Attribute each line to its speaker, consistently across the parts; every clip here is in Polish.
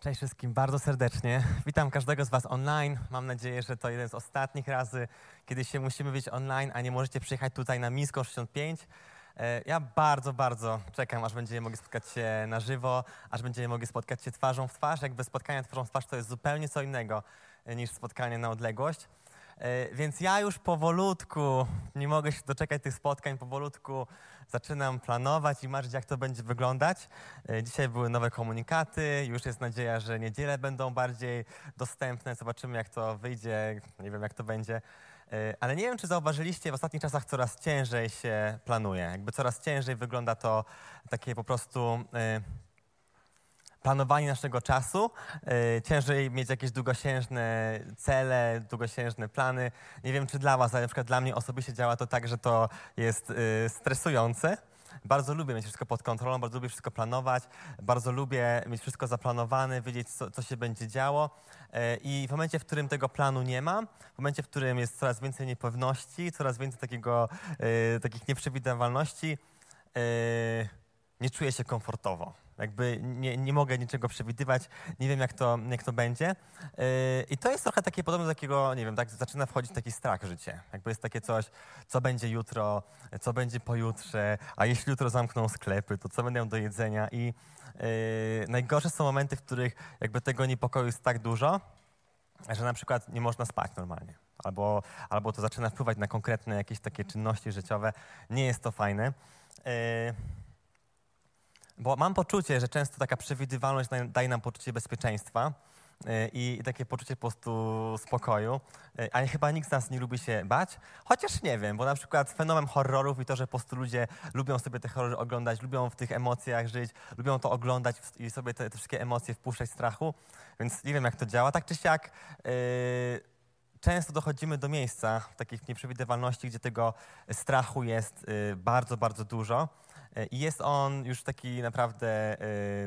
Speaker 1: Cześć wszystkim, bardzo serdecznie. Witam każdego z Was online. Mam nadzieję, że to jeden z ostatnich razy, kiedy się musimy być online, a nie możecie przyjechać tutaj na Mińską 65. Ja bardzo czekam, aż będziemy mogli spotkać się na żywo, aż będziemy mogli spotkać się twarzą w twarz. Jakby spotkanie twarzą w twarz to jest zupełnie co innego niż spotkanie na odległość. Więc ja już powolutku, nie mogę się doczekać tych spotkań, powolutku zaczynam planować i marzyć, jak to będzie wyglądać. Dzisiaj były nowe komunikaty, już jest nadzieja, że niedziele będą bardziej dostępne. Zobaczymy, jak to wyjdzie, nie wiem, jak to będzie. Ale nie wiem, czy zauważyliście, w ostatnich czasach coraz ciężej się planuje. Jakby coraz ciężej wygląda to takie po prostu planowanie naszego czasu. Ciężej mieć jakieś długosiężne cele, długosiężne plany. Nie wiem, czy dla Was, ale na przykład dla mnie osobiście działa to tak, że to jest stresujące. Bardzo lubię mieć wszystko pod kontrolą, bardzo lubię wszystko planować, bardzo lubię mieć wszystko zaplanowane, wiedzieć, co się będzie działo. I w momencie, w którym tego planu nie ma, w momencie, w którym jest coraz więcej niepewności, coraz więcej takich nieprzewidywalności, nie czuję się komfortowo. Jakby nie mogę niczego przewidywać, nie wiem, jak to będzie. I to jest trochę takie podobne do takiego, nie wiem, tak zaczyna wchodzić taki strach w życie. Jakby jest takie coś, co będzie jutro, co będzie pojutrze, a jeśli jutro zamkną sklepy, to co będę miał do jedzenia. I najgorsze są momenty, w których jakby tego niepokoju jest tak dużo, że na przykład nie można spać normalnie. Albo to zaczyna wpływać na konkretne jakieś takie czynności życiowe. Nie jest to fajne. Bo mam poczucie, że często taka przewidywalność daje nam poczucie bezpieczeństwa i takie poczucie po prostu spokoju, ale chyba nikt z nas nie lubi się bać, chociaż nie wiem, bo na przykład fenomen horrorów i to, że po prostu ludzie lubią sobie te horrory oglądać, lubią w tych emocjach żyć, lubią to oglądać i sobie te wszystkie emocje wpuszczać strachu, więc nie wiem, jak to działa. Tak czy siak często dochodzimy do miejsca takich nieprzewidywalności, gdzie tego strachu jest bardzo dużo. I jest on już taki naprawdę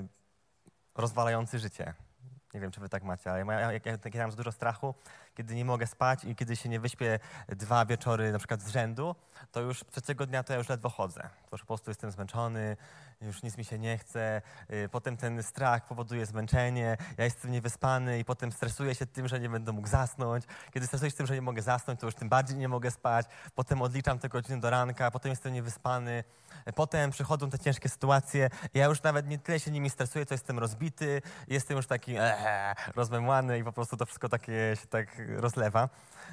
Speaker 1: rozwalający życie. Nie wiem, czy wy tak macie, ale jak mam za dużo strachu, kiedy nie mogę spać i kiedy się nie wyśpię 2 wieczory na przykład z rzędu, to już trzeciego dnia to ja już ledwo chodzę. To już po prostu jestem zmęczony, już nic mi się nie chce. Potem ten strach powoduje zmęczenie, ja jestem niewyspany i potem stresuję się tym, że nie będę mógł zasnąć. Kiedy stresuję się tym, że nie mogę zasnąć, to już tym bardziej nie mogę spać. Potem odliczam te godziny do ranka, potem jestem niewyspany. Potem przychodzą te ciężkie sytuacje i ja już nawet nie tyle się nimi stresuję, to jestem rozbity, jestem już taki rozmemłany i po prostu to wszystko takie się tak rozlewa.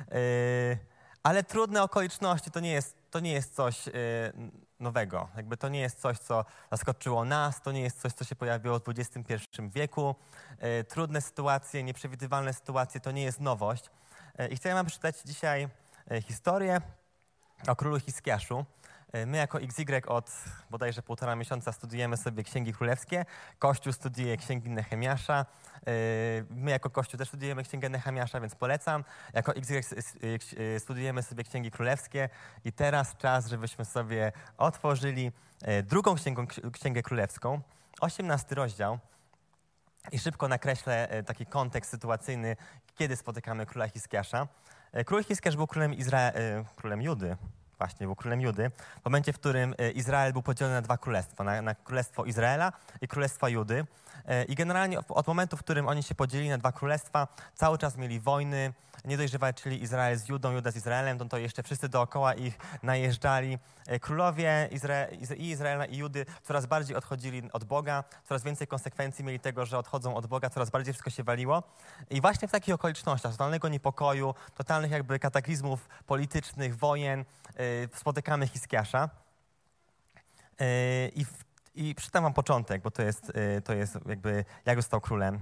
Speaker 1: Ale trudne okoliczności to nie jest coś nowego. Jakby to nie jest coś, co zaskoczyło nas, to nie jest coś, co się pojawiło w XXI wieku. Trudne sytuacje, nieprzewidywalne sytuacje to nie jest nowość. I chciałem wam przeczytać dzisiaj historię o królu Hiskiaszu. My jako XY od bodajże 1,5 miesiąca studujemy sobie Księgi Królewskie. Kościół studiuje Księgi Nehemiasza. My jako Kościół też studujemy Księgę Nehemiasza, więc polecam. Jako XY studujemy sobie Księgi Królewskie i teraz czas, żebyśmy sobie otworzyli drugą Księgę Królewską, 18 rozdział. I szybko nakreślę taki kontekst sytuacyjny, kiedy spotykamy króla Hiskiasza. Król Hiskiasz był królem Judy. Właśnie, był królem Judy, w momencie, w którym Izrael był podzielony na 2 królestwa, na królestwo Izraela i królestwo Judy. I generalnie od momentu, w którym oni się podzielili na 2 królestwa, cały czas mieli wojny, nie dość, że walczyli Izrael z Judą, Juda z Izraelem, to jeszcze wszyscy dookoła ich najeżdżali. Królowie Izraela i Judy coraz bardziej odchodzili od Boga, coraz więcej konsekwencji mieli tego, że odchodzą od Boga, coraz bardziej wszystko się waliło. I właśnie w takich okolicznościach totalnego niepokoju, totalnych jakby kataklizmów politycznych, wojen, spotykamy Hiskiasza. I przeczytam wam początek, bo to jest jakby jak został królem.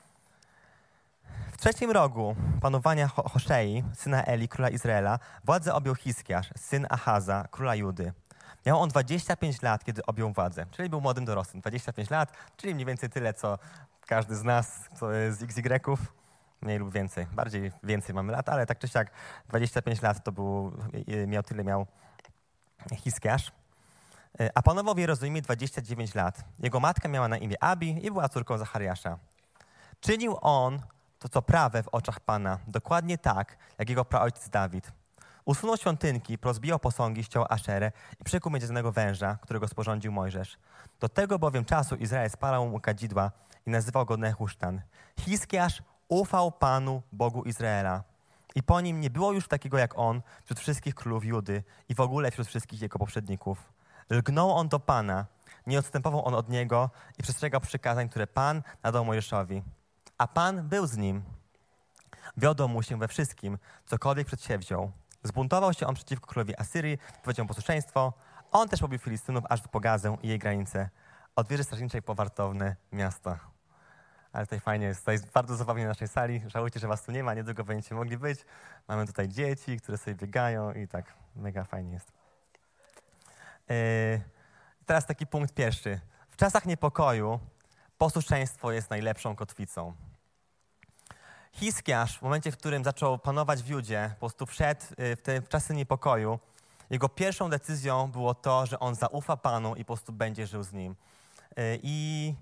Speaker 1: W 3. roku panowania Hoszei, syna Eli, króla Izraela, władzę objął Hiskiasz, syn Achaza, króla Judy. Miał on 25 lat, kiedy objął władzę, czyli był młodym dorosłym. 25 lat, czyli mniej więcej tyle, co każdy z nas, co z XY-ów. Mniej lub więcej, bardziej więcej mamy lat, ale tak czy siak 25 lat to miał Hiskiasz. A panował w Jerozolimie 29 lat. Jego matka miała na imię Abi i była córką Zachariasza. Czynił on to, co prawe w oczach Pana, dokładnie tak, jak jego praojciec Dawid. Usunął świątynki, porozbijał posągi, ściął Aszerę i przykuł miedzionego węża, którego sporządził Mojżesz. Do tego bowiem czasu Izrael spalał mu kadzidła i nazywał go Nehusztan. Hiskiasz ufał Panu, Bogu Izraela. I po nim nie było już takiego jak on wśród wszystkich królów Judy i w ogóle wśród wszystkich jego poprzedników. Lgnął on do Pana, nie odstępował on od niego i przestrzegał przykazań, które Pan nadał Mojżeszowi. A Pan był z nim. Wiodło mu się we wszystkim, cokolwiek przedsięwziął. Zbuntował się on przeciwko królowi Asyrii, powiedział posłuszeństwo. On też pobił Filistynów aż po Gazę i jej granice, od wieży strażniczej po wartowne miasta. Ale tutaj fajnie jest, tutaj jest bardzo zabawnie na naszej sali. Żałujcie, że was tu nie ma, niedługo będziecie mogli być. Mamy tutaj dzieci, które sobie biegają i tak mega fajnie jest. Teraz taki punkt pierwszy. W czasach niepokoju posłuszeństwo jest najlepszą kotwicą. Hiskiasz, w momencie, w którym zaczął panować w Judzie, po prostu wszedł w czasy niepokoju, jego pierwszą decyzją było to, że on zaufa Panu i po prostu będzie żył z Nim. I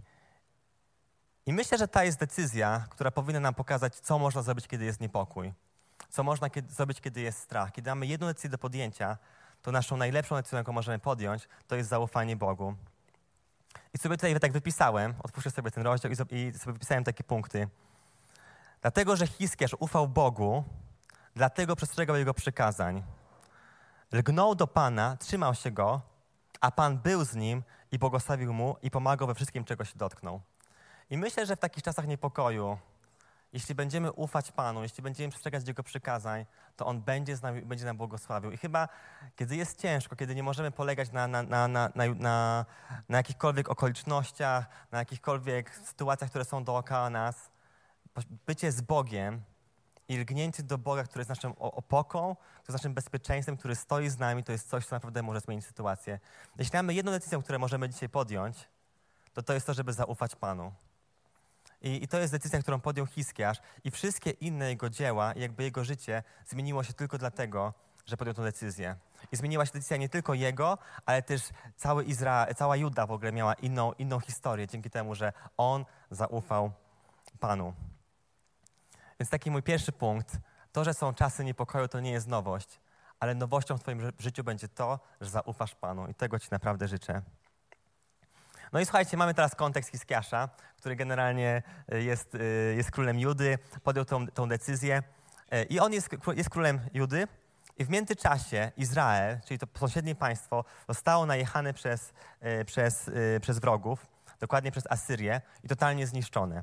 Speaker 1: myślę, że ta jest decyzja, która powinna nam pokazać, co można zrobić, kiedy jest niepokój. Co można zrobić, kiedy jest strach. Kiedy mamy jedną decyzję do podjęcia, to naszą najlepszą decyzją, jaką możemy podjąć, to jest zaufanie Bogu. I sobie tutaj tak wypisałem, otwórzcie sobie ten rozdział i sobie wypisałem takie punkty. Dlatego, że Hiskiasz ufał Bogu, dlatego przestrzegał Jego przykazań. Lgnął do Pana, trzymał się Go, a Pan był z nim i błogosławił mu i pomagał we wszystkim, czego się dotknął. I myślę, że w takich czasach niepokoju, jeśli będziemy ufać Panu, jeśli będziemy przestrzegać Jego przykazań, to On będzie z nami, będzie nam błogosławił. I chyba, kiedy jest ciężko, kiedy nie możemy polegać na jakichkolwiek okolicznościach, na jakichkolwiek sytuacjach, które są dookoła nas, bycie z Bogiem i lgnięcie do Boga, który jest naszą opoką, który jest naszym bezpieczeństwem, który stoi z nami, to jest coś, co naprawdę może zmienić sytuację. Jeśli mamy jedną decyzję, którą możemy dzisiaj podjąć, to jest to, żeby zaufać Panu. I to jest decyzja, którą podjął Hiskiasz i wszystkie inne jego dzieła, jakby jego życie zmieniło się tylko dlatego, że podjął tę decyzję. I zmieniła się decyzja nie tylko jego, ale też cały Izrael, cała Juda w ogóle miała inną historię dzięki temu, że on zaufał Panu. Więc taki mój pierwszy punkt. To, że są czasy niepokoju, to nie jest nowość, ale nowością w twoim życiu będzie to, że zaufasz Panu i tego ci naprawdę życzę. No i słuchajcie, mamy teraz kontekst Hiskiasza, który generalnie jest królem Judy, podjął tą decyzję i on jest królem Judy i w międzyczasie Izrael, czyli to sąsiednie państwo, zostało najechane przez wrogów, dokładnie przez Asyrię i totalnie zniszczone.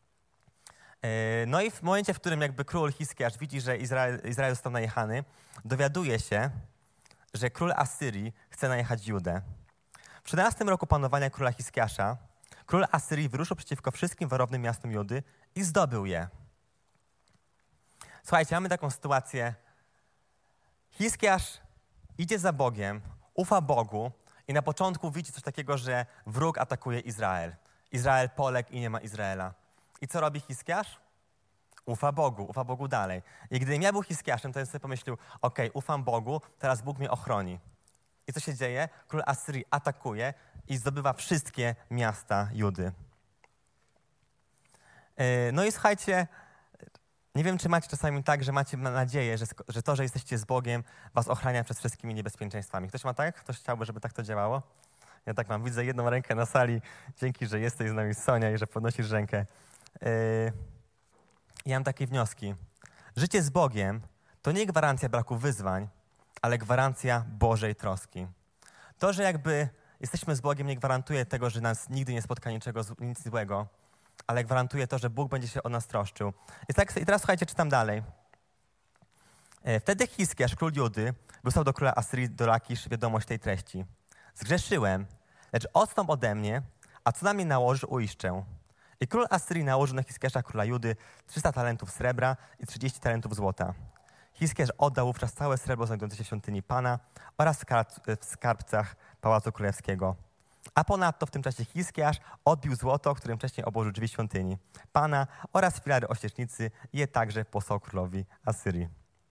Speaker 1: No i w momencie, w którym jakby król Hiskiasz widzi, że Izrael został najechany, dowiaduje się, że król Asyrii chce najechać Judę. W 13 roku panowania króla Hiskiasza król Asyrii wyruszył przeciwko wszystkim warownym miastom Judy i zdobył je. Słuchajcie, mamy taką sytuację. Hiskiasz idzie za Bogiem, ufa Bogu i na początku widzi coś takiego, że wróg atakuje Izrael. Izrael poległ i nie ma Izraela. I co robi Hiskiasz? Ufa Bogu dalej. I gdybym ja był Hiskiaszem, to ja sobie pomyślał, ufam Bogu, teraz Bóg mnie ochroni. I co się dzieje? Król Asyrii atakuje i zdobywa wszystkie miasta Judy. No i słuchajcie, nie wiem, czy macie czasami tak, że macie nadzieję, że to, że jesteście z Bogiem, was ochrania przed wszystkimi niebezpieczeństwami. Ktoś ma tak? Ktoś chciałby, żeby tak to działało? Ja tak mam. Widzę jedną rękę na sali. Dzięki, że jesteś z nami, Sonia, i że podnosisz rękę. Ja mam takie wnioski. Życie z Bogiem to nie gwarancja braku wyzwań, ale gwarancja Bożej troski. To, że jakby jesteśmy z Bogiem, nie gwarantuje tego, że nas nigdy nie spotka nic złego, ale gwarantuje to, że Bóg będzie się o nas troszczył. I teraz słuchajcie, czytam dalej. Wtedy Hiskiasz, król Judy, wysłał do króla Asyrii, do Lakisz, wiadomość tej treści. Zgrzeszyłem, lecz odstąp ode mnie, a co na mnie nałożysz, uiszczę. I król Asyrii nałożył na Hiskiasza, króla Judy, 300 talentów srebra i 30 talentów złota. Hiskiasz oddał wówczas całe srebro znajdujące się w świątyni Pana oraz w skarbcach Pałacu Królewskiego. A ponadto w tym czasie Hiskiasz odbił złoto, którym wcześniej obłożył drzwi świątyni Pana oraz filary ościeżnicy i je także posłał królowi Asyrii.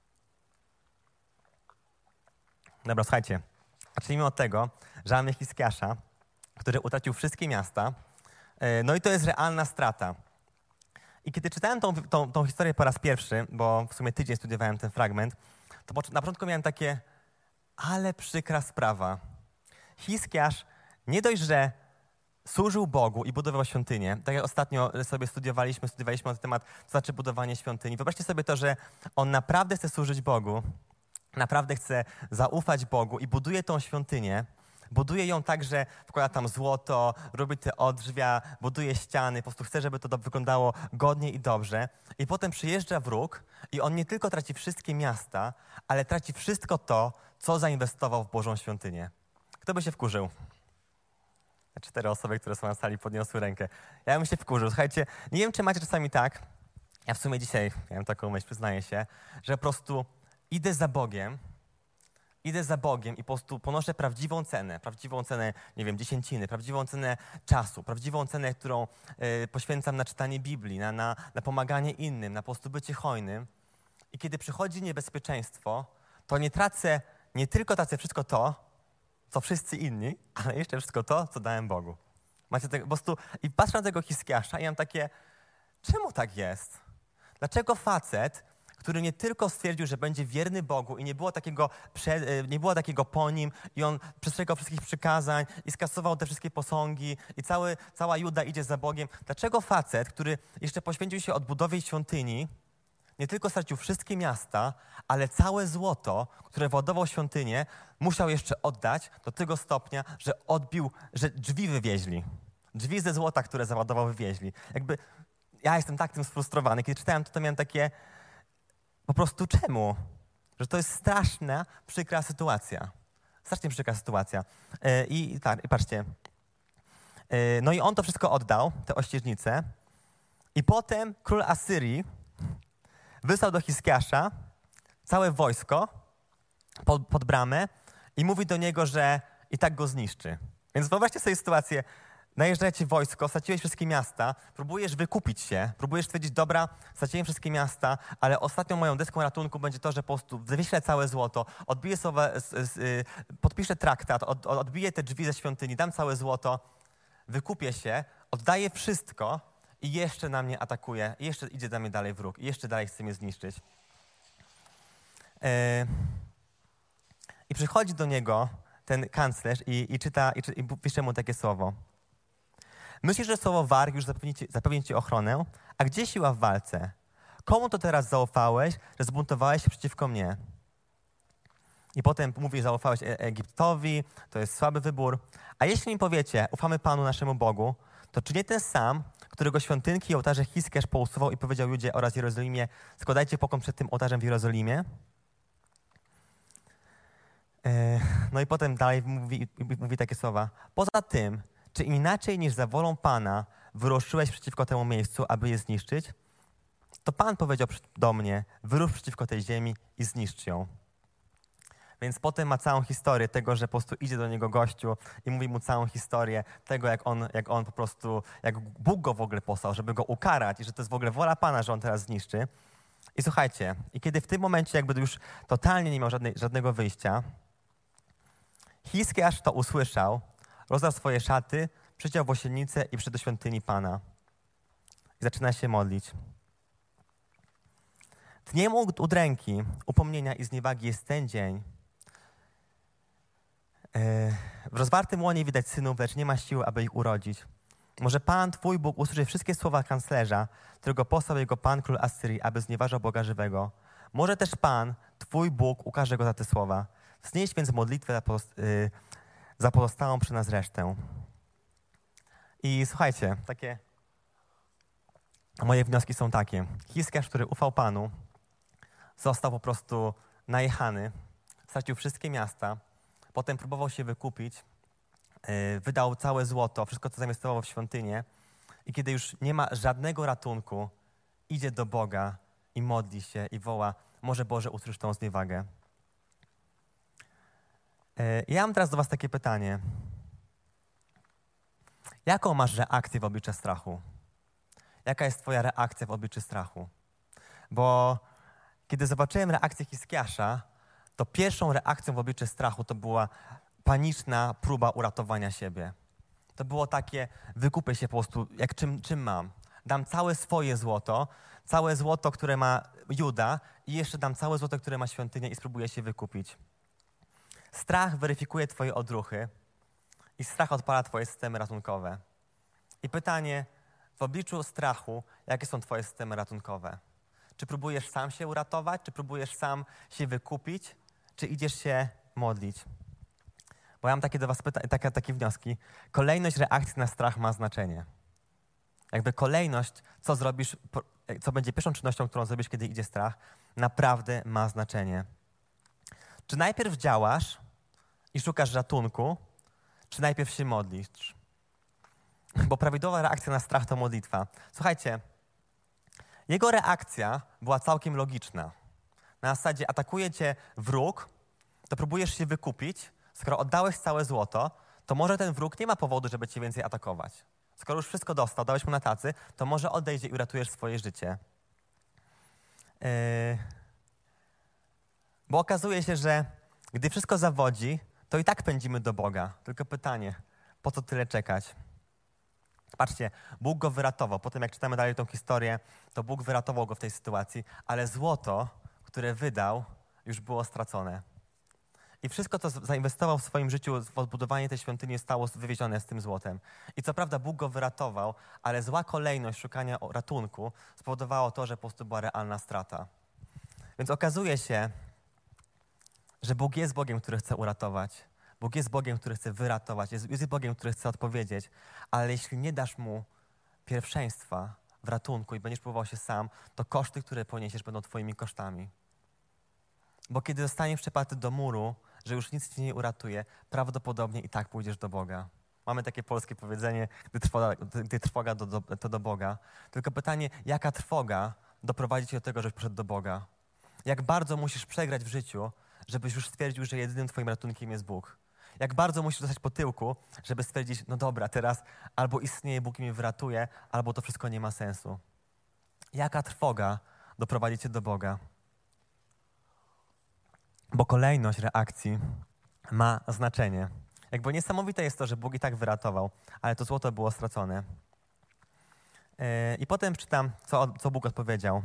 Speaker 1: Dobra, słuchajcie. Zacznijmy od tego, że mamy Hiskiasza, który utracił wszystkie miasta. No i to jest realna strata. I kiedy czytałem tą historię po raz pierwszy, bo w sumie tydzień studiowałem ten fragment, to na początku miałem takie, ale przykra sprawa. Hiskiarz nie dość, że służył Bogu i budował świątynię. Tak jak ostatnio sobie studiowaliśmy na temat, co znaczy budowanie świątyni. Wyobraźcie sobie to, że on naprawdę chce służyć Bogu, naprawdę chce zaufać Bogu i buduje tą świątynię. Buduje ją tak, że wkłada tam złoto, robi te odrzwia, buduje ściany, po prostu chce, żeby to wyglądało godnie i dobrze. I potem przyjeżdża wróg i on nie tylko traci wszystkie miasta, ale traci wszystko to, co zainwestował w Bożą świątynię. Kto by się wkurzył? 4 osoby, które są na sali, podniosły rękę. Ja bym się wkurzył. Słuchajcie, nie wiem, czy macie czasami tak, ja w sumie dzisiaj miałem taką myśl, przyznaję się, że po prostu idę za Bogiem i po prostu ponoszę prawdziwą cenę, nie wiem, dziesięciny, prawdziwą cenę czasu, prawdziwą cenę, którą poświęcam na czytanie Biblii, na pomaganie innym, na po prostu bycie hojnym. I kiedy przychodzi niebezpieczeństwo, to nie tylko tracę wszystko to, co wszyscy inni, ale jeszcze wszystko to, co dałem Bogu. Macie po prostu, i patrzę na tego Hiskiasza i mam takie, czemu tak jest? Dlaczego facet, który nie tylko stwierdził, że będzie wierny Bogu i nie było takiego po nim i on przestrzegał wszystkich przykazań i skasował te wszystkie posągi i cała Juda idzie za Bogiem. Dlaczego facet, który jeszcze poświęcił się odbudowie świątyni, nie tylko stracił wszystkie miasta, ale całe złoto, które władował świątynię, musiał jeszcze oddać do tego stopnia, że drzwi wywieźli. Drzwi ze złota, które załadował, wywieźli. Ja jestem tak tym sfrustrowany. Kiedy czytałem to miałem takie, po prostu czemu? Że to jest straszna, przykra sytuacja. Strasznie przykra sytuacja. I patrzcie. No i on to wszystko oddał, te ościeżnice. I potem król Asyrii wysłał do Hiskiasza całe wojsko pod bramę i mówi do niego, że i tak go zniszczy. Więc wyobraźcie sobie sytuację. Najeżdża ci wojsko, straciłeś wszystkie miasta, próbujesz wykupić się, próbujesz stwierdzić, dobra, straciłem wszystkie miasta, ale ostatnią moją deską ratunku będzie to, że po prostu wyślę całe złoto, podpiszę traktat, odbiję te drzwi ze świątyni, dam całe złoto, wykupię się, oddaję wszystko i jeszcze na mnie atakuje, i jeszcze idzie na mnie dalej wróg, i jeszcze dalej chce mnie zniszczyć. I przychodzi do niego ten kanclerz i pisze mu takie słowo. Myślisz, że słowo warg już zapewni ci ochronę? A gdzie siła w walce? Komu to teraz zaufałeś, że zbuntowałeś się przeciwko mnie? I potem mówi, zaufałeś Egiptowi, to jest słaby wybór. A jeśli mi powiecie, ufamy Panu naszemu Bogu, to czy nie ten sam, którego świątynki i ołtarze Hiskiarz pousuwał i powiedział Judzie oraz Jerozolimie, składajcie pokłon przed tym ołtarzem w Jerozolimie? No i potem dalej mówi takie słowa. Poza tym, czy inaczej niż za wolą Pana wyruszyłeś przeciwko temu miejscu, aby je zniszczyć? To Pan powiedział do mnie, wyrusz przeciwko tej ziemi i zniszcz ją. Więc potem ma całą historię tego, że po prostu idzie do niego gościu i mówi mu całą historię tego, jak Bóg go w ogóle posłał, żeby go ukarać i że to jest w ogóle wola Pana, że on teraz zniszczy. I słuchajcie, i kiedy w tym momencie jakby już totalnie nie miał żadnego wyjścia, Hiskiarz to usłyszał, rozdarł swoje szaty, przyciął w osiennicę i przyszedł do świątyni Pana. I zaczyna się modlić. Dniem udręki, upomnienia i zniewagi jest ten dzień. W rozwartym łonie widać synów, lecz nie ma siły, aby ich urodzić. Może Pan, Twój Bóg, usłyszy wszystkie słowa kanclerza, którego posłał jego Pan, król Asyrii, aby znieważał Boga żywego. Może też Pan, Twój Bóg, ukaże go za te słowa. Wznieś więc modlitwę za pozostałą przy nas resztę. I słuchajcie, moje wnioski są takie. Hiskiarz, który ufał Panu, został po prostu najechany, stracił wszystkie miasta, potem próbował się wykupić, wydał całe złoto, wszystko, co zainwestował w świątynię i kiedy już nie ma żadnego ratunku, idzie do Boga i modli się i woła, może Boże, usłysz tą zniewagę. Ja mam teraz do was takie pytanie. Jaką masz reakcję w obliczu strachu? Jaka jest twoja reakcja w obliczu strachu? Bo kiedy zobaczyłem reakcję Hiskiasza, to pierwszą reakcją w obliczu strachu to była paniczna próba uratowania siebie. To było takie, wykupię się po prostu, czym mam. Dam całe swoje złoto, które ma Juda i jeszcze dam całe złoto, które ma świątynia i spróbuję się wykupić. Strach weryfikuje twoje odruchy i strach odpala twoje systemy ratunkowe. I pytanie, w obliczu strachu, jakie są twoje systemy ratunkowe? Czy próbujesz sam się uratować? Czy próbujesz sam się wykupić? Czy idziesz się modlić? Bo ja mam takie do was takie wnioski. Kolejność reakcji na strach ma znaczenie. Jakby kolejność, co zrobisz, co będzie pierwszą czynnością, którą zrobisz, kiedy idzie strach, naprawdę ma znaczenie. Czy najpierw działasz i szukasz ratunku, czy najpierw się modlisz? Bo prawidłowa reakcja na strach to modlitwa. Słuchajcie, jego reakcja była całkiem logiczna. Na zasadzie atakuje cię wróg, to próbujesz się wykupić. Skoro oddałeś całe złoto, to może ten wróg nie ma powodu, żeby cię więcej atakować. Skoro już wszystko dostał, dałeś mu na tacy, to może odejdzie i uratujesz swoje życie. Bo okazuje się, że gdy wszystko zawodzi, to i tak pędzimy do Boga. Tylko pytanie, po co tyle czekać? Patrzcie, Bóg go wyratował. Potem jak czytamy dalej tą historię, to Bóg wyratował go w tej sytuacji, ale złoto, które wydał, już było stracone. I wszystko, co zainwestował w swoim życiu w odbudowanie tej świątyni, zostało wywiezione z tym złotem. I co prawda Bóg go wyratował, ale zła kolejność szukania ratunku spowodowało to, że po prostu była realna strata. Więc okazuje się, że Bóg jest Bogiem, który chce uratować. Bóg jest Bogiem, który chce wyratować. Jest Bogiem, który chce odpowiedzieć. Ale jeśli nie dasz Mu pierwszeństwa w ratunku i będziesz próbował się sam, to koszty, które poniesiesz, będą twoimi kosztami. Bo kiedy zostaniesz przyparty do muru, że już nic ci nie uratuje, prawdopodobnie i tak pójdziesz do Boga. Mamy takie polskie powiedzenie, gdy trwoga to do Boga. Tylko pytanie, jaka trwoga doprowadzi cię do tego, żebyś poszedł do Boga? Jak bardzo musisz przegrać w życiu, żebyś już stwierdził, że jedynym twoim ratunkiem jest Bóg? Jak bardzo musisz dostać po tyłku, żeby stwierdzić, no dobra, teraz albo istnieje Bóg i mnie wyratuje, albo to wszystko nie ma sensu. Jaka trwoga doprowadzi cię do Boga? Bo kolejność reakcji ma znaczenie. Jakby niesamowite jest to, że Bóg i tak wyratował, ale to złoto było stracone. I potem czytam, co Bóg odpowiedział.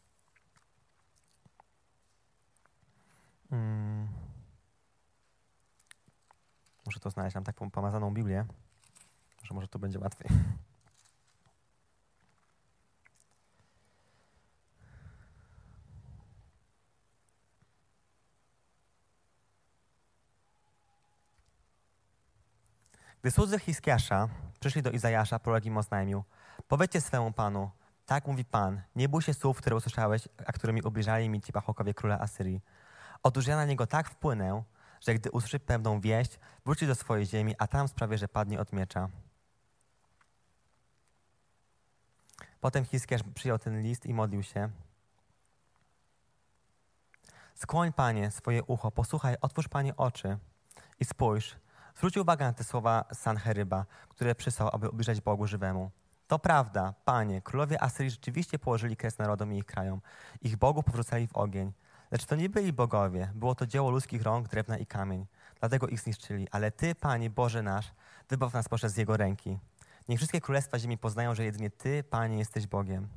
Speaker 1: Muszę to znaleźć, mam taką pomazaną Biblię, że może tu będzie łatwiej. Gdy słudzy Hiskiasza przyszli do Izajasza, prorok im oznajmił: powiedzcie swemu Panu, tak mówi Pan, nie bój się słów, które usłyszałeś, a którymi ubliżali mi ci pachołkowie króla Asyrii. Otóż ja na niego tak wpłynę, że gdy usłyszy pewną wieść, wróci do swojej ziemi, a tam sprawię, że padnie od miecza. Potem Hiskiasz przyjął ten list i modlił się. Skłoń, Panie, swoje ucho, posłuchaj, otwórz, Panie, oczy i spójrz. Zwróć uwagę na te słowa Sancheryba, które przysłał, aby ubliżać Bogu żywemu. To prawda, Panie, królowie Asyrii rzeczywiście położyli kres narodom i ich krajom. Ich bogów powrzucali w ogień. Lecz to nie byli bogowie, było to dzieło ludzkich rąk, drewna i kamień. Dlatego ich zniszczyli. Ale Ty, Panie, Boże nasz, wybaw nas poprzez Jego ręki. Niech wszystkie królestwa ziemi poznają, że jedynie Ty, Panie, jesteś Bogiem.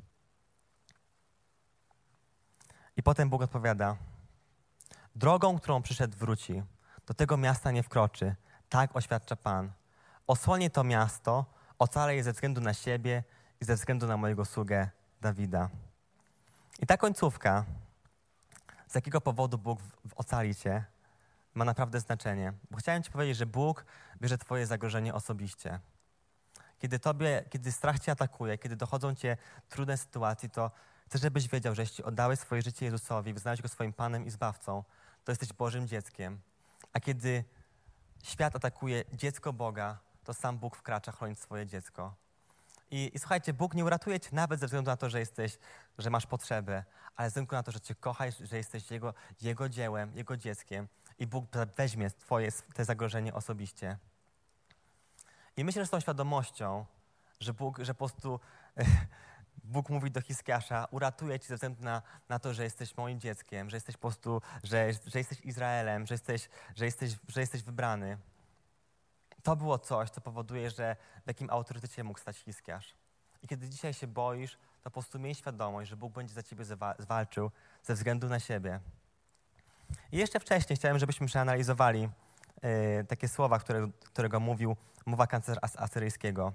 Speaker 1: I potem Bóg odpowiada: drogą, którą przyszedł, wróci. Do tego miasta nie wkroczy. Tak oświadcza Pan. Osłonię to miasto, ocalę je ze względu na siebie i ze względu na mojego sługę Dawida. I ta końcówka, z jakiego powodu Bóg ocali cię, ma naprawdę znaczenie. Bo chciałem ci powiedzieć, że Bóg bierze twoje zagrożenie osobiście. Kiedy strach cię atakuje, kiedy dochodzą cię trudne sytuacje, to chcę, żebyś wiedział, że jeśli oddałeś swoje życie Jezusowi, wyznałeś Go swoim Panem i Zbawcą, to jesteś Bożym dzieckiem. A kiedy świat atakuje dziecko Boga, to sam Bóg wkracza chronić swoje dziecko. I słuchajcie, Bóg nie uratuje cię nawet ze względu na to, że masz potrzebę, ale ze względu na to, że cię kocha, że jesteś Jego dziełem, Jego dzieckiem i Bóg weźmie te zagrożenie osobiście. I myślę, że z tą świadomością, że po prostu Bóg mówi do Hiskiasza: uratuję cię ze względu na to, że jesteś moim dzieckiem, że jesteś po prostu, że jesteś Izraelem, że jesteś wybrany. To było coś, co powoduje, że w jakim autorytecie mógł stać Hiskiasz. I kiedy dzisiaj się boisz, to po prostu miej świadomość, że Bóg będzie za ciebie walczył ze względu na siebie. I jeszcze wcześniej chciałem, żebyśmy przeanalizowali takie słowa, którego mówił mowa kanclerza asyryjskiego.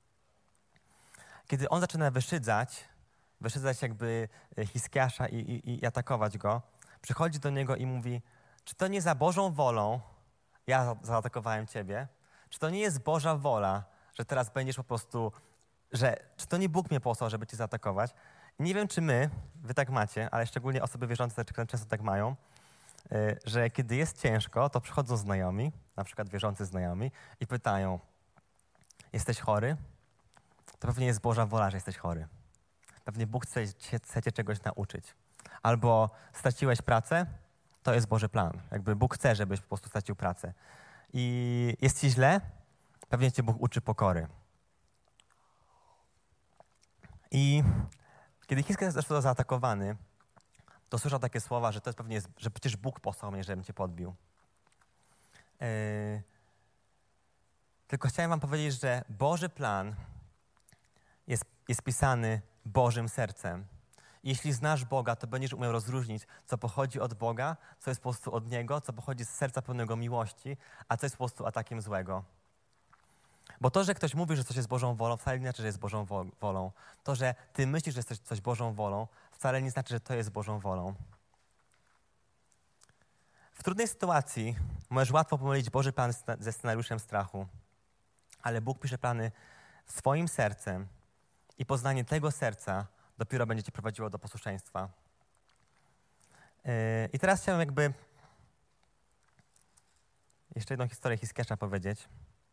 Speaker 1: Kiedy on zaczyna wyszydzać jakby Hiskiasza i atakować go, przychodzi do niego i mówi, czy to nie za Bożą wolą ja zaatakowałem ciebie? Czy to nie jest Boża wola, że teraz będziesz po prostu, czy to nie Bóg mnie posłał, żeby cię zaatakować? Nie wiem, czy wy tak macie, ale szczególnie osoby wierzące często tak mają, że kiedy jest ciężko, to przychodzą znajomi, na przykład wierzący znajomi i pytają, jesteś chory? To pewnie jest Boża wola, że jesteś chory. Pewnie Bóg chce cię czegoś nauczyć. Albo straciłeś pracę, to jest Boży plan. Jakby Bóg chce, żebyś po prostu stracił pracę. I jest ci źle, pewnie cię Bóg uczy pokory. I kiedy Hiskiasz został zaatakowany, to słyszał takie słowa, że to jest pewnie, że przecież Bóg posłał mnie, żebym cię podbił. Tylko chciałem wam powiedzieć, że Boży plan jest pisany Bożym sercem. Jeśli znasz Boga, to będziesz umiał rozróżnić, co pochodzi od Boga, co jest po prostu od Niego, co pochodzi z serca pełnego miłości, a co jest po prostu atakiem złego. Bo to, że ktoś mówi, że coś jest Bożą wolą, wcale nie znaczy, że jest Bożą wolą. To, że ty myślisz, że jest coś Bożą wolą, wcale nie znaczy, że to jest Bożą wolą. W trudnej sytuacji możesz łatwo pomylić Boży plan ze scenariuszem strachu, ale Bóg pisze plany swoim sercem i poznanie tego serca dopiero będzie cię prowadziło do posłuszeństwa. I teraz chciałem jakby jeszcze jedną historię Hiskiasza powiedzieć.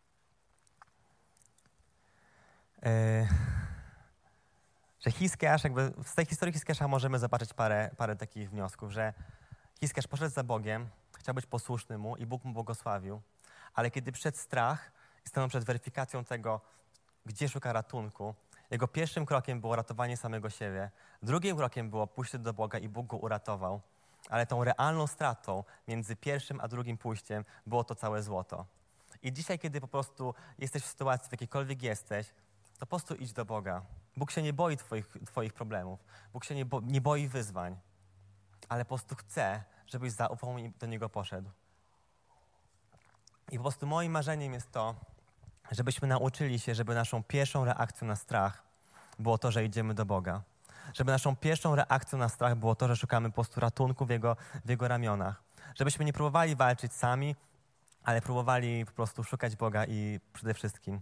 Speaker 1: Że Hiskiasz, jakby z tej historii Hiskiasza możemy zobaczyć parę takich wniosków, że Hiskiasz poszedł za Bogiem, chciał być posłuszny Mu i Bóg mu błogosławił, ale kiedy przyszedł strach i stanął przed weryfikacją tego, gdzie szuka ratunku, jego pierwszym krokiem było ratowanie samego siebie, drugim krokiem było pójście do Boga i Bóg go uratował, ale tą realną stratą między pierwszym a drugim pójściem było to całe złoto. I dzisiaj, kiedy po prostu jesteś w sytuacji, w jakiejkolwiek jesteś, to po prostu idź do Boga. Bóg się nie boi twoich problemów. Bóg się nie boi wyzwań. Ale po prostu chce, żebyś zaufał i do Niego poszedł. I po prostu moim marzeniem jest to, żebyśmy nauczyli się, żeby naszą pierwszą reakcją na strach było to, że idziemy do Boga. Żeby naszą pierwszą reakcją na strach było to, że szukamy po prostu ratunku w Jego ramionach. Żebyśmy nie próbowali walczyć sami, ale próbowali po prostu szukać Boga i przede wszystkim.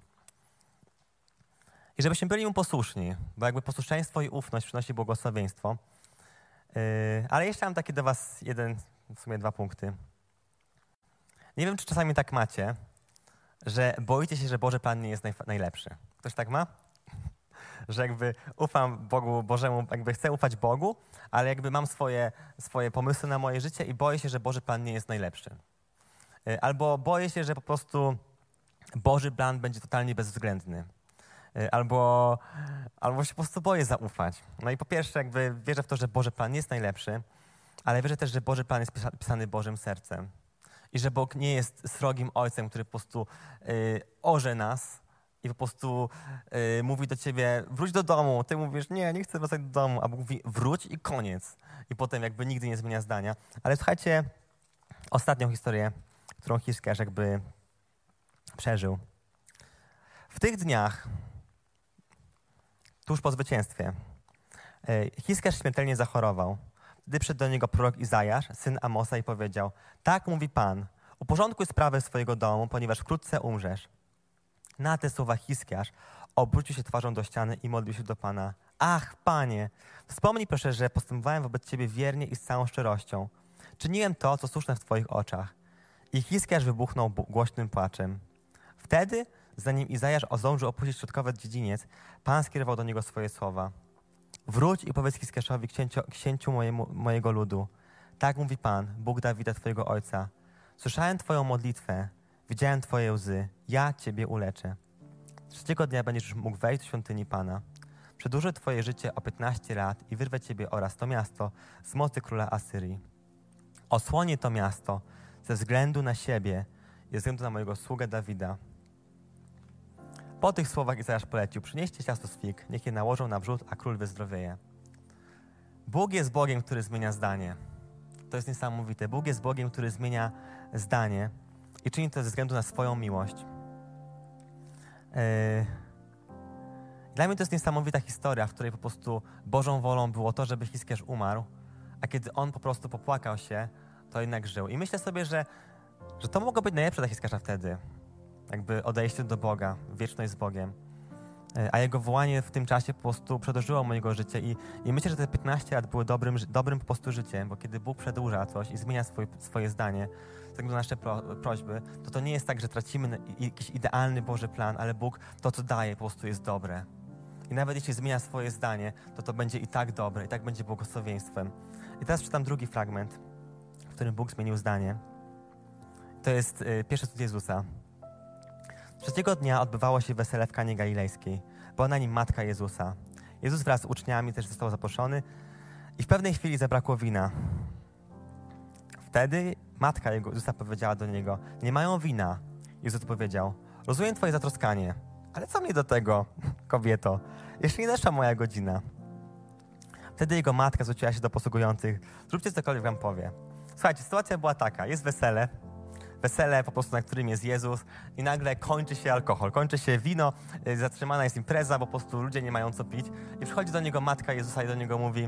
Speaker 1: I żebyśmy byli Mu posłuszni, bo jakby posłuszeństwo i ufność przynosi błogosławieństwo. Ale jeszcze mam takie do was w sumie 2 punkty. Nie wiem, czy czasami tak macie, że boicie się, że Boży plan nie jest najlepszy. Ktoś tak ma? Że jakby ufam Bogu Bożemu, jakby chcę ufać Bogu, ale jakby mam swoje pomysły na moje życie i boję się, że Boży plan nie jest najlepszy. Albo boję się, że po prostu Boży plan będzie totalnie bezwzględny. Albo się po prostu boję zaufać. No i po pierwsze jakby wierzę w to, że Boży plan jest najlepszy, ale wierzę też, że Boży plan jest pisany Bożym sercem. I że Bóg nie jest srogim ojcem, który po prostu orze nas i po prostu mówi do ciebie, wróć do domu. Ty mówisz, nie chcę wracać do domu. A Bóg mówi, wróć i koniec. I potem jakby nigdy nie zmienia zdania. Ale słuchajcie, ostatnią historię, którą Hiskiasz jakby przeżył. W tych dniach, tuż po zwycięstwie, Hiskiasz śmiertelnie zachorował. Wtedy przyszedł do niego prorok Izajasz, syn Amosa, i powiedział: tak mówi Pan, uporządkuj sprawy swojego domu, ponieważ wkrótce umrzesz. Na te słowa Hiskiasz obrócił się twarzą do ściany i modlił się do Pana: ach, Panie, wspomnij proszę, że postępowałem wobec Ciebie wiernie i z całą szczerością. Czyniłem to, co słuszne w Twoich oczach. I Hiskiasz wybuchnął głośnym płaczem. Wtedy, zanim Izajasz zdążył opuścić środkowy dziedziniec, Pan skierował do niego swoje słowa: wróć i powiedz Hiskiaszowi, księciu mojego ludu. Tak mówi Pan, Bóg Dawida, Twojego ojca. Słyszałem Twoją modlitwę, widziałem Twoje łzy, ja Ciebie uleczę. 3 dnia będziesz już mógł wejść do świątyni Pana. Przedłużę Twoje życie o 15 lat i wyrwę Ciebie oraz to miasto z mocy króla Asyrii. Osłonię to miasto ze względu na siebie i ze względu na mojego sługę Dawida. Po tych słowach Izajasz polecił: przynieście ciasto z fig, niech je nałożą na brzuch, a król wyzdrowieje. Bóg jest Bogiem, który zmienia zdanie. To jest niesamowite. Bóg jest Bogiem, który zmienia zdanie i czyni to ze względu na swoją miłość. Dla mnie to jest niesamowita historia, w której po prostu Bożą wolą było to, żeby Hiskiarz umarł, a kiedy on po prostu popłakał się, to jednak żył. I myślę sobie, że to mogło być najlepsze dla Hiskiarza wtedy. Jakby odejście do Boga, wieczność z Bogiem. A jego wołanie w tym czasie po prostu przedłużyło mojego życie i myślę, że te 15 lat były dobrym po prostu życiem, bo kiedy Bóg przedłuża coś i zmienia swoje zdanie, z tego na nasze prośby, to nie jest tak, że tracimy jakiś idealny Boży plan, ale Bóg to, co daje, po prostu jest dobre. I nawet jeśli zmienia swoje zdanie, to będzie i tak dobre, i tak będzie błogosławieństwem. I teraz czytam drugi fragment, w którym Bóg zmienił zdanie. To jest pierwszy cud Jezusa. Trzeciego dnia odbywało się wesele w Kanie Galilejskiej. Była na nim matka Jezusa. Jezus wraz z uczniami też został zaproszony i w pewnej chwili zabrakło wina. Wtedy matka Jezusa powiedziała do niego: nie mają wina. Jezus powiedział: rozumiem twoje zatroskanie, ale co mnie do tego, kobieto? Jeszcze nie nadeszła moja godzina. Wtedy jego matka zwróciła się do posługujących: zróbcie cokolwiek wam powie. Słuchajcie, sytuacja była taka: jest wesele po prostu, na którym jest Jezus i nagle kończy się alkohol, kończy się wino, zatrzymana jest impreza, bo po prostu ludzie nie mają co pić i przychodzi do niego matka Jezusa i do niego mówi: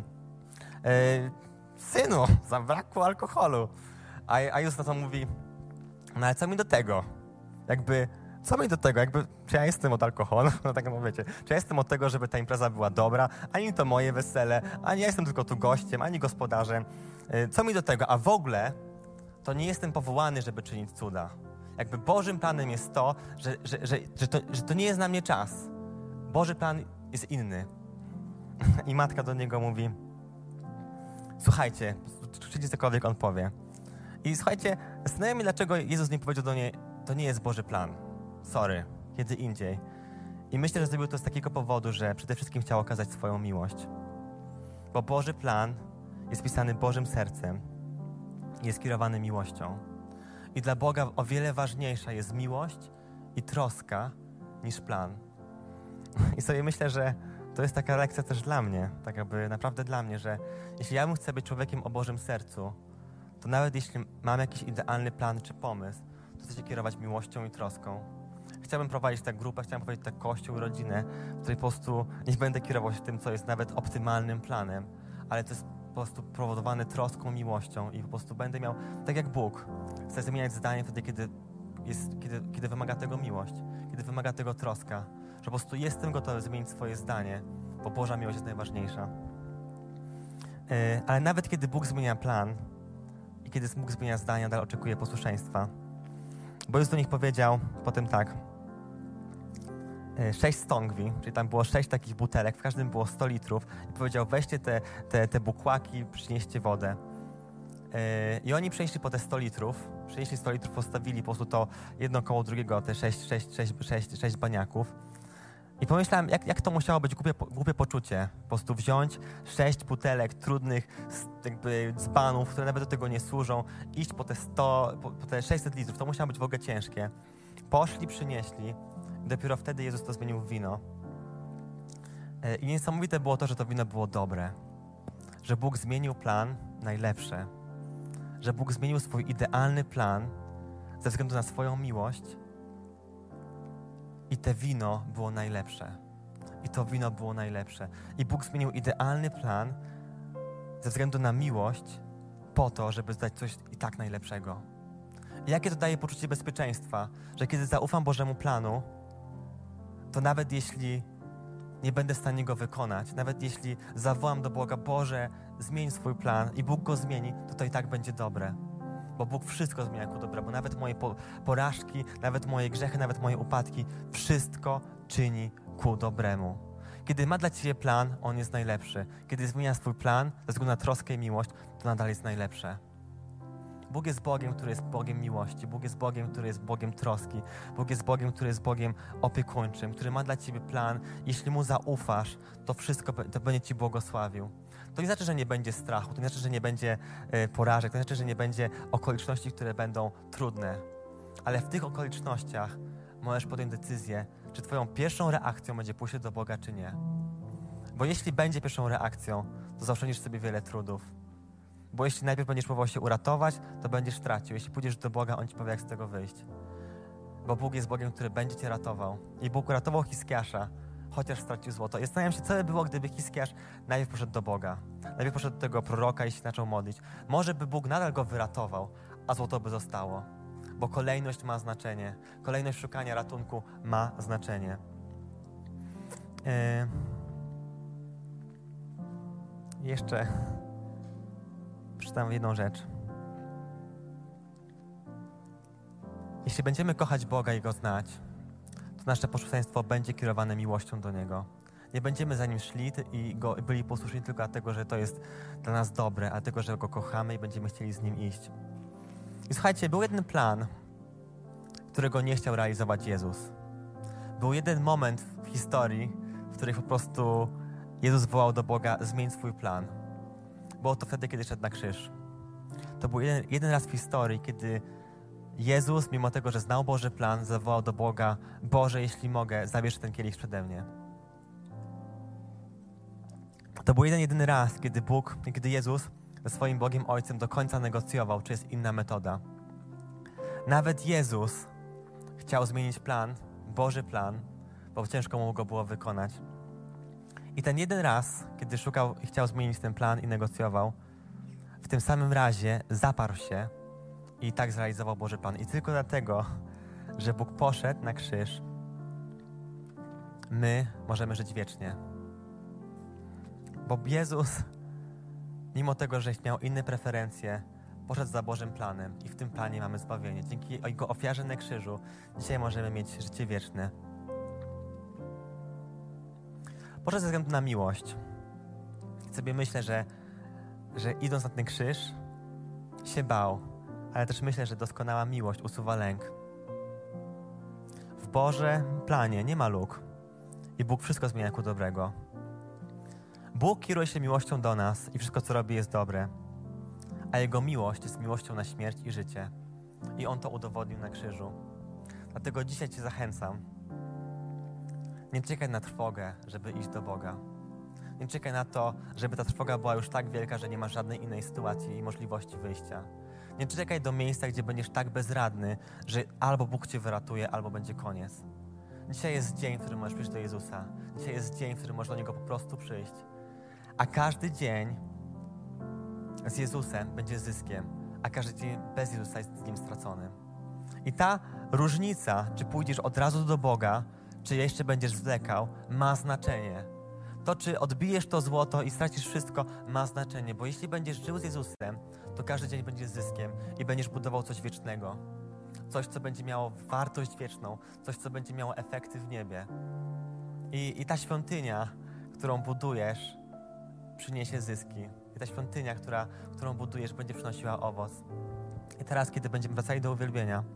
Speaker 1: synu, zabrakło alkoholu. A Jezus na to mówi: no ale co mi do tego? Co mi do tego? Czy ja jestem od alkoholu? No tak wiecie. Czy ja jestem od tego, żeby ta impreza była dobra? Ani to moje wesele, ani ja jestem tylko tu gościem, ani gospodarzem. Co mi do tego? A w ogóle to nie jestem powołany, żeby czynić cuda. Bożym planem jest to, że to nie jest na mnie czas. Boży plan jest inny. I matka do niego mówi: słuchajcie, czy cokolwiek on powie. I słuchajcie, zastanawiam się, dlaczego Jezus nie powiedział do niej: to nie jest Boży plan. Sorry, kiedy indziej. I myślę, że zrobił to z takiego powodu, że przede wszystkim chciał okazać swoją miłość. Bo Boży plan jest pisany Bożym sercem. Jest kierowany miłością. I dla Boga o wiele ważniejsza jest miłość i troska niż plan. I sobie myślę, że to jest taka lekcja też dla mnie, tak jakby naprawdę dla mnie, że jeśli ja bym chcę być człowiekiem o Bożym sercu, to nawet jeśli mam jakiś idealny plan czy pomysł, to chcę się kierować miłością i troską. Chciałbym prowadzić tę grupę, chciałbym prowadzić tę kościół i rodzinę, w której po prostu nie będę kierował się tym, co jest nawet optymalnym planem, ale to jest po prostu powodowane troską, miłością i po prostu będę miał, tak jak Bóg, chcę zmieniać zdanie wtedy, kiedy wymaga tego miłość, kiedy wymaga tego troska, że po prostu jestem gotowy zmienić swoje zdanie, bo Boża miłość jest najważniejsza. Ale nawet kiedy Bóg zmienia plan i kiedy Bóg zmienia zdania, dalej oczekuje posłuszeństwa. Bo Jezus do nich powiedział potem tak: 6 stągwi, czyli tam było 6 takich butelek, w każdym było 100 litrów i powiedział: weźcie te bukłaki, przynieście wodę. I oni przynieśli po te 100 litrów, postawili po prostu to jedno koło drugiego, te 6 baniaków. I pomyślałem, jak to musiało być głupie poczucie, po prostu wziąć 6 butelek trudnych dzbanów, które nawet do tego nie służą, iść po te 600 litrów, to musiało być w ogóle ciężkie. Poszli, przynieśli i dopiero wtedy Jezus to zmienił w wino. I niesamowite było to, że to wino było dobre, że Bóg zmienił plan najlepszy, że Bóg zmienił swój idealny plan ze względu na swoją miłość. I to wino było najlepsze. I Bóg zmienił idealny plan ze względu na miłość po to, żeby zdać coś i tak najlepszego. I jakie to daje poczucie bezpieczeństwa, że kiedy zaufam Bożemu planu, to nawet jeśli nie będę w stanie go wykonać, nawet jeśli zawołam do Boga: Boże, zmień swój plan i Bóg go zmieni, to i tak będzie dobre. Bo Bóg wszystko zmienia ku dobremu, nawet moje porażki, nawet moje grzechy, nawet moje upadki, wszystko czyni ku dobremu. Kiedy ma dla Ciebie plan, on jest najlepszy. Kiedy zmienia swój plan ze względu na troskę i miłość, to nadal jest najlepsze. Bóg jest Bogiem, który jest Bogiem miłości. Bóg jest Bogiem, który jest Bogiem troski. Bóg jest Bogiem, który jest Bogiem opiekuńczym, który ma dla Ciebie plan. Jeśli Mu zaufasz, to wszystko to będzie Ci błogosławił. To nie znaczy, że nie będzie strachu, to nie znaczy, że nie będzie porażek, to nie znaczy, że nie będzie okoliczności, które będą trudne. Ale w tych okolicznościach możesz podjąć decyzję, czy twoją pierwszą reakcją będzie pójście do Boga, czy nie. Bo jeśli będzie pierwszą reakcją, to zaoszczędzisz sobie wiele trudów. Bo jeśli najpierw będziesz próbował się uratować, to będziesz tracił. Jeśli pójdziesz do Boga, On ci powie, jak z tego wyjść. Bo Bóg jest Bogiem, który będzie cię ratował. I Bóg uratował Hiskiasza, chociaż stracił złoto. I zastanawiam się, co by było, gdyby Hiskiasz najpierw poszedł do Boga. Najpierw poszedł do tego proroka i się zaczął modlić. Może by Bóg nadal go wyratował, a złoto by zostało. Bo kolejność ma znaczenie. Kolejność szukania ratunku ma znaczenie. Jeszcze przeczytam jedną rzecz. Jeśli będziemy kochać Boga i Go znać, to nasze posłuszeństwo będzie kierowane miłością do Niego. Nie będziemy za Nim szli i byli posłuszni tylko dlatego, że to jest dla nas dobre, a dlatego, że Go kochamy i będziemy chcieli z Nim iść. I słuchajcie, był jeden plan, którego nie chciał realizować Jezus. Był jeden moment w historii, w którym po prostu Jezus wołał do Boga: zmień swój plan. Było to wtedy, kiedy szedł na krzyż. To był jeden raz w historii, kiedy Jezus, mimo tego, że znał Boży plan, zawołał do Boga: Boże, jeśli mogę, zabierz ten kielich przede mnie. To był jedyny raz, kiedy Jezus ze swoim Bogiem Ojcem do końca negocjował, czy jest inna metoda. Nawet Jezus chciał zmienić plan, Boży plan, bo ciężko mu go było wykonać. I ten jeden raz, kiedy szukał i chciał zmienić ten plan i negocjował, w tym samym razie zaparł się i tak zrealizował Boży plan. I tylko dlatego, że Bóg poszedł na krzyż, my możemy żyć wiecznie. Bo Jezus, mimo tego, że miał inne preferencje, poszedł za Bożym planem i w tym planie mamy zbawienie. Dzięki Jego ofiarze na krzyżu dzisiaj możemy mieć życie wieczne. Poszedł ze względu na miłość. Sobie myślę, że idąc na ten krzyż się bał, ale też myślę, że doskonała miłość usuwa lęk. W Bożym planie nie ma luk i Bóg wszystko zmienia ku dobrego. Bóg kieruje się miłością do nas i wszystko, co robi, jest dobre, a Jego miłość jest miłością na śmierć i życie. I On to udowodnił na krzyżu. Dlatego dzisiaj Cię zachęcam. Nie czekaj na trwogę, żeby iść do Boga. Nie czekaj na to, żeby ta trwoga była już tak wielka, że nie ma żadnej innej sytuacji i możliwości wyjścia. Nie czekaj do miejsca, gdzie będziesz tak bezradny, że albo Bóg Cię wyratuje, albo będzie koniec. Dzisiaj jest dzień, w którym możesz przyjść do Jezusa. Dzisiaj jest dzień, w którym możesz do Niego po prostu przyjść. A każdy dzień z Jezusem będzie zyskiem, a każdy dzień bez Jezusa jest dniem straconym. I ta różnica, czy pójdziesz od razu do Boga, czy jeszcze będziesz zwlekał, ma znaczenie. To, czy odbijesz to złoto i stracisz wszystko, ma znaczenie, bo jeśli będziesz żył z Jezusem, to każdy dzień będzie zyskiem i będziesz budował coś wiecznego. Coś, co będzie miało wartość wieczną, coś, co będzie miało efekty w niebie. I ta świątynia, którą budujesz, przyniesie zyski. I ta świątynia, którą budujesz, będzie przynosiła owoc. I teraz, kiedy będziemy wracali do uwielbienia,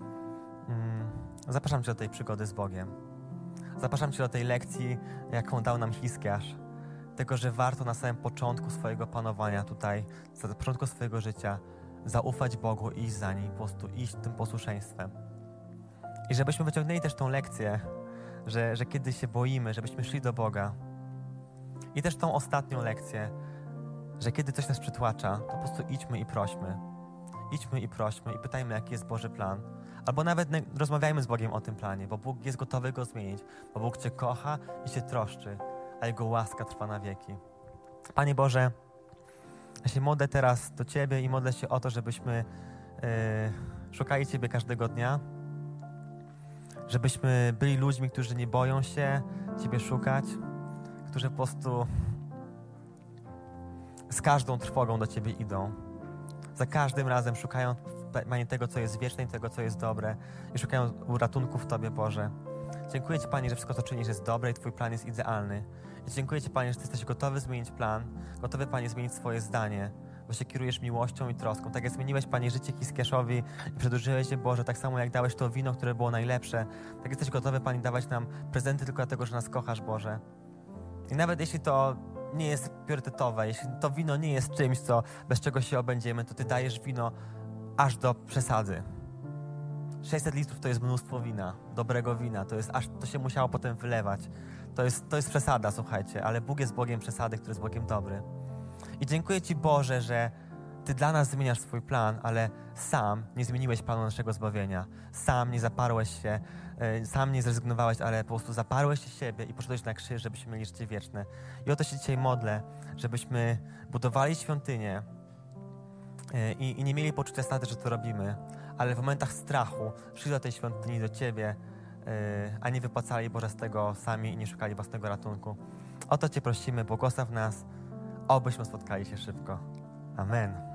Speaker 1: zapraszam Cię do tej przygody z Bogiem. Zapraszam Cię do tej lekcji, jaką dał nam Hiskiasz. Tego, że warto na samym początku swojego panowania tutaj, na początku swojego życia, zaufać Bogu i iść za Nim, po prostu iść tym posłuszeństwem. I żebyśmy wyciągnęli też tą lekcję, że kiedy się boimy, żebyśmy szli do Boga. I też tą ostatnią lekcję, że kiedy coś nas przytłacza, to po prostu idźmy i prośmy. Idźmy i prośmy i pytajmy, jaki jest Boży plan. Albo nawet rozmawiajmy z Bogiem o tym planie, bo Bóg jest gotowy go zmienić, bo Bóg Cię kocha i się troszczy, a Jego łaska trwa na wieki. Panie Boże, ja się modlę teraz do Ciebie i modlę się o to, żebyśmy szukali Ciebie każdego dnia, żebyśmy byli ludźmi, którzy nie boją się Ciebie szukać, którzy po prostu z każdą trwogą do Ciebie idą. Za każdym razem szukają Panie tego, co jest wieczne i tego, co jest dobre i szukają ratunku w Tobie, Boże. Dziękuję Ci, Panie, że wszystko, co czynisz, jest dobre i Twój plan jest idealny. I dziękuję Ci, Panie, że Ty jesteś gotowy zmienić plan, gotowy, Panie, zmienić swoje zdanie, bo się kierujesz miłością i troską. Tak jak zmieniłeś, Panie, życie Hiskiaszowi i przedłużyłeś je, Boże, tak samo jak dałeś to wino, które było najlepsze, tak jesteś gotowy, Panie, dawać nam prezenty tylko dlatego, że nas kochasz, Boże. I nawet jeśli to nie jest priorytetowe, jeśli to wino nie jest czymś, bez czego się obędziemy, to Ty dajesz wino aż do przesady. 600 litrów to jest mnóstwo wina, dobrego wina. To się musiało potem wylewać. To jest przesada, słuchajcie, ale Bóg jest Bogiem przesady, który jest Bogiem dobry. I dziękuję Ci, Boże, że Ty dla nas zmieniasz swój plan, ale sam nie zmieniłeś planu naszego zbawienia. Sam nie zaparłeś się, sam nie zrezygnowałeś, ale po prostu zaparłeś się siebie i poszedłeś na krzyż, żebyśmy mieli życie wieczne. I o to się dzisiaj modlę, żebyśmy budowali świątynię i nie mieli poczucia straty, że to robimy, ale w momentach strachu szli do tej świątyni, do Ciebie, a nie wypłacali, Boże, z tego sami i nie szukali własnego ratunku. O to Cię prosimy, błogosław nas, obyśmy spotkali się szybko. Amen.